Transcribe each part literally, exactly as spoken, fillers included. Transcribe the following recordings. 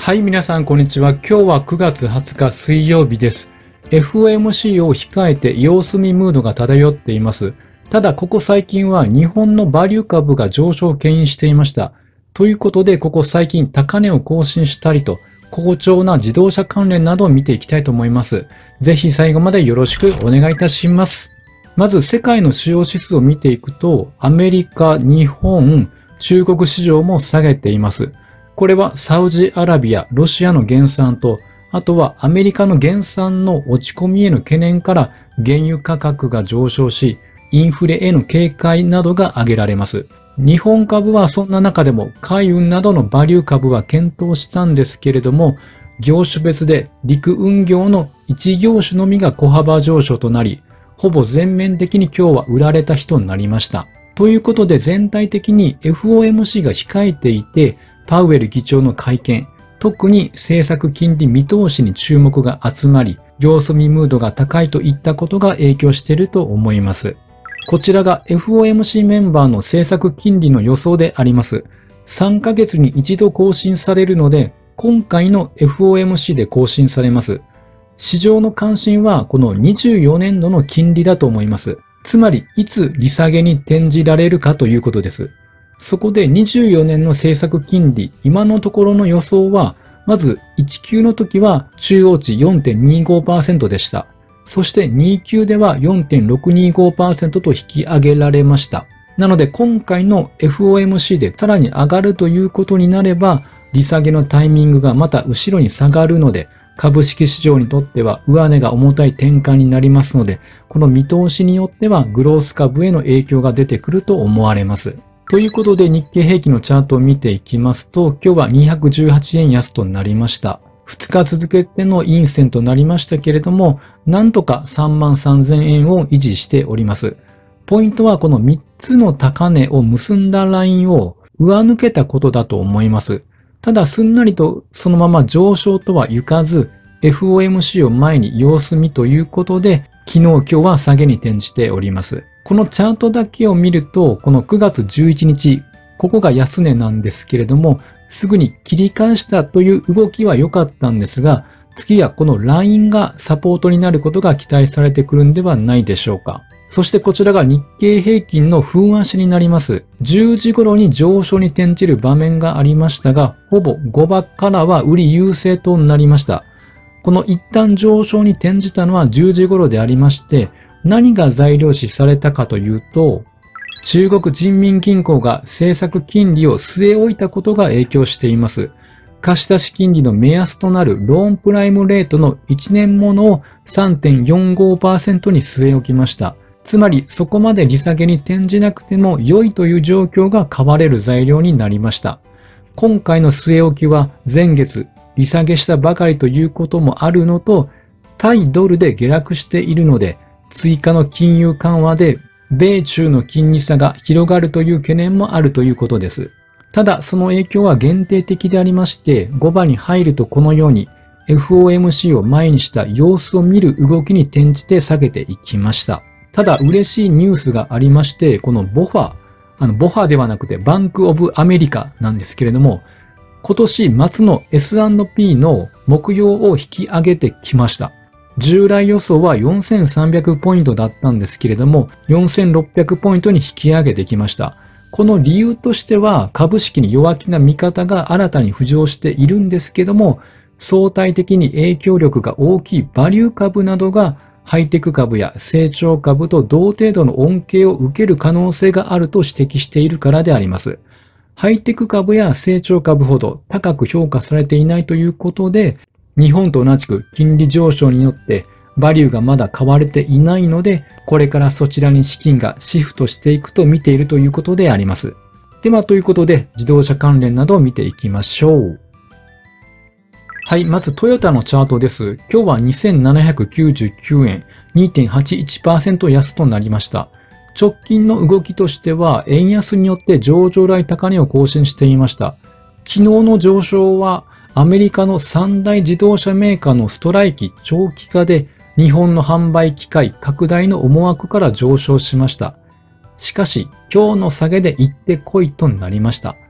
はい、皆さんこんにちは。今日はくがつはつか水曜日です。エフオーエムシー を控えて様子見ムードが漂っています。ただ、ここ最近は日本のバリュー株が上昇を牽引していました。ということで、ここ最近高値を更新したりと、好調な自動車関連などを見ていきたいと思います。ぜひ最後までよろしくお願いいたします。まず、世界の主要指数を見ていくと、アメリカ、日本、中国市場も下げています。これはサウジアラビア、ロシアの減産と、あとはアメリカの減産の落ち込みへの懸念から原油価格が上昇し、インフレへの警戒などが挙げられます。日本株はそんな中でも海運などのバリュー株は検討したんですけれども、業種別で陸運業の一業種のみが小幅上昇となり、ほぼ全面的に今日は売られた日となりました。ということで全体的に エフオーエムシー が控えていて、パウエル議長の会見、特に政策金利見通しに注目が集まり、様子見ムードが高いといったことが影響していると思います。こちらが エフオーエムシー メンバーの政策金利の予想であります。さんかげつに一度更新されるので、今回の エフオーエムシー で更新されます。市場の関心はこのにじゅうよねんどの金利だと思います。つまり、いつ利下げに転じられるかということです。そこでにじゅうよねんの政策金利、今のところの予想は、まずいちきゅうの時は中央値 よんてんにごパーセント でした。そしてにきゅうでは よんてんろくにごパーセント と引き上げられました。なので今回の エフオーエムシー でさらに上がるということになれば、利下げのタイミングがまた後ろに下がるので、株式市場にとっては上値が重たい転換になりますので、この見通しによってはグロース株への影響が出てくると思われます。ということで日経平均のチャートを見ていきますと、今日はにひゃくじゅうはちえん安となりました。ふつか続けての陰線となりましたけれども、なんとかさんまんさんぜんえんを維持しております。ポイントはこのみっつの高値を結んだラインを上抜けたことだと思います。ただすんなりとそのまま上昇とはいかず、エフオーエムシー を前に様子見ということで、昨日今日は下げに転じております。このチャートだけを見ると、このくがつじゅういちにち、ここが安値なんですけれども、すぐに切り返したという動きは良かったんですが、次はこのラインがサポートになることが期待されてくるんではないでしょうか。そしてこちらが日経平均の分足になります。じゅうじ頃に上昇に転じる場面がありましたが、ほぼごばからは売り優勢となりました。この一旦上昇に転じたのはじゅうじ頃でありまして、何が材料視されたかというと、中国人民銀行が政策金利を据え置いたことが影響しています。貸し出し金利の目安となるローンプライムレートのいちねんものを さんてんよんごパーセント に据え置きました。つまりそこまで利下げに転じなくても良いという状況が買われる材料になりました。今回の据え置きは前月利下げしたばかりということもあるのと、対ドルで下落しているので、追加の金融緩和で米中の金利差が広がるという懸念もあるということです。ただその影響は限定的でありまして、ごばに入るとこのように エフオーエムシー を前にした様子を見る動きに転じて下げていきました。ただ嬉しいニュースがありまして、このボファ、あのボファではなくてバンクオブアメリカなんですけれども、今年末の エスアンドピー の目標を引き上げてきました。従来予想はよんせんさんびゃくポイントだったんですけれども、よんせんろっぴゃくポイントに引き上げてきました。この理由としては、株式に弱気な見方が新たに浮上しているんですけども、相対的に影響力が大きいバリュー株などが、ハイテク株や成長株と同程度の恩恵を受ける可能性があると指摘しているからであります。ハイテク株や成長株ほど高く評価されていないということで、日本と同じく金利上昇によってバリューがまだ買われていないので、これからそちらに資金がシフトしていくと見ているということであります。ではということで自動車関連などを見ていきましょう。はい、まずトヨタのチャートです。今日はにせんななひゃくきゅうじゅうきゅうえん、にてんはちいちパーセント 安となりました。直近の動きとしては円安によって上場来高値を更新していました。昨日の上昇はアメリカの三大自動車メーカーのストライキ長期化で日本の販売機会拡大の思惑から上昇しました。しかし今日の下げで行ってこいとなりました。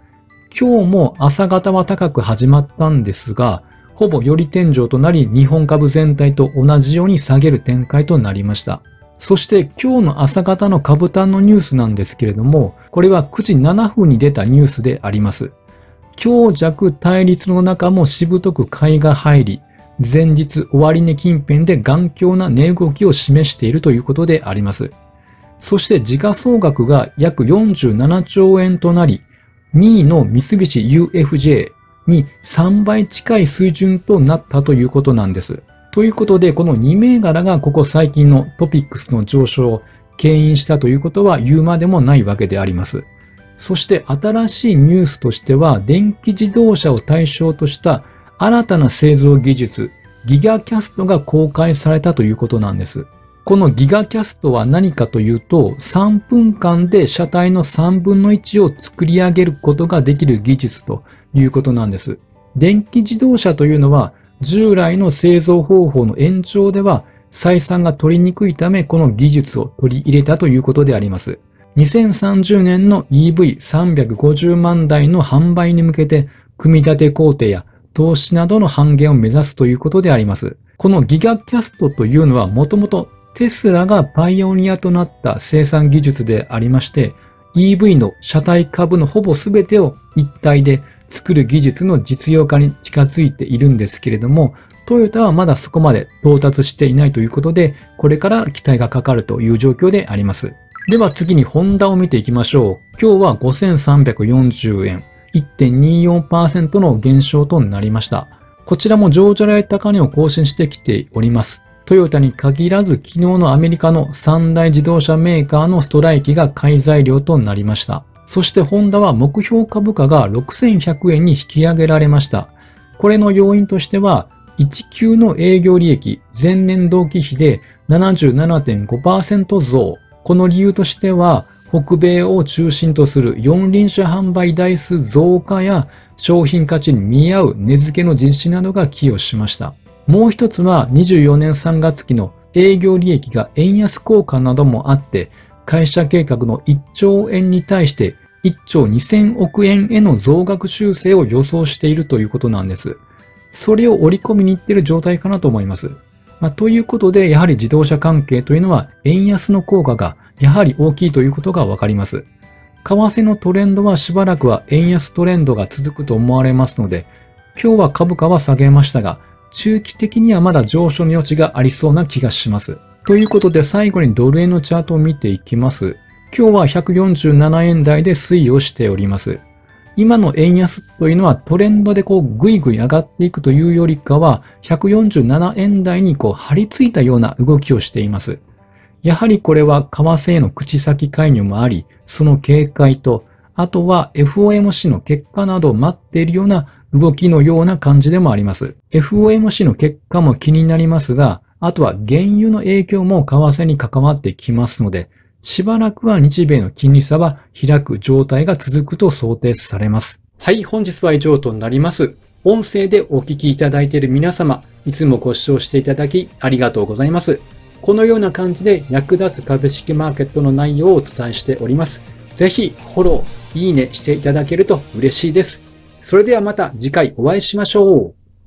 今日も朝方は高く始まったんですが、ほぼ寄り天井となり日本株全体と同じように下げる展開となりました。そして今日の朝方の株単のニュースなんですけれども、これはくじななふんに出たニュースであります。強弱対立の中もしぶとく買いが入り、前日終値近辺で頑強な値動きを示しているということであります。そして時価総額が約よんじゅうななちょうえんとなり、にいの三菱 ユーエフジェー にさんばい近い水準となったということなんです。ということで、このに銘柄がここ最近のトピックスの上昇を牽引したということは言うまでもないわけであります。そして新しいニュースとしては、電気自動車を対象とした新たな製造技術、ギガキャストが公開されたということなんです。このギガキャストは何かというと、さんぷんかんで車体のさんぶんのいちを作り上げることができる技術ということなんです。電気自動車というのは、従来の製造方法の延長では採算が取りにくいため、この技術を取り入れたということであります。にせんさんじゅうねんの イーブイさんびゃくごじゅうまんだいの販売に向けて、組み立て工程や投資などの半減を目指すということであります。このギガキャストというのはもともとテスラがパイオニアとなった生産技術でありまして、イーブイ の車体株のほぼ全てを一体で作る技術の実用化に近づいているんですけれども、トヨタはまだそこまで到達していないということで、これから期待がかかるという状況であります。では次にホンダを見ていきましょう。今日はごせんさんびゃくよんじゅうえん、いってんにーよんパーセント の減少となりました。こちらも上場来高値を更新してきております。トヨタに限らず昨日のアメリカの三大自動車メーカーのストライキが買い材料となりました。そしてホンダは目標株価がろくせんひゃくえんに引き上げられました。これの要因としては、いちきゅうの営業利益前年同期比で ななじゅうななてんごパーセント 増。この理由としては、北米を中心とする四輪車販売台数増加や商品価値に見合う値付けの実施などが寄与しました。もう一つはにじゅうよねんさんがつ期の営業利益が円安効果などもあって、会社計画のいっちょうえんに対していっちょうにせんおくえんへの増額修正を予想しているということなんです。それを織り込みに行っている状態かなと思います。まあ、ということで、やはり自動車関係というのは円安の効果がやはり大きいということがわかります。為替のトレンドはしばらくは円安トレンドが続くと思われますので、今日は株価は下げましたが、中期的にはまだ上昇の余地がありそうな気がします。ということで最後にドル円のチャートを見ていきます。今日はひゃくよんじゅうななえん台で推移をしております。今の円安というのはトレンドでこうぐいぐい上がっていくというよりかはひゃくよんじゅうななえん台にこう張り付いたような動きをしています。やはりこれは為替への口先介入もあり、その警戒と、あとは エフオーエムシー の結果などを待っているような動きのような感じでもあります。エフオーエムシー の結果も気になりますが、あとは原油の影響も為替に関わってきますので、しばらくは日米の金利差は開く状態が続くと想定されます。はい、本日は以上となります。音声でお聞きいただいている皆様、いつもご視聴していただきありがとうございます。このような感じで役立つ株式マーケットの内容をお伝えしております。ぜひフォロー、いいねしていただけると嬉しいです。それではまた次回お会いしましょう。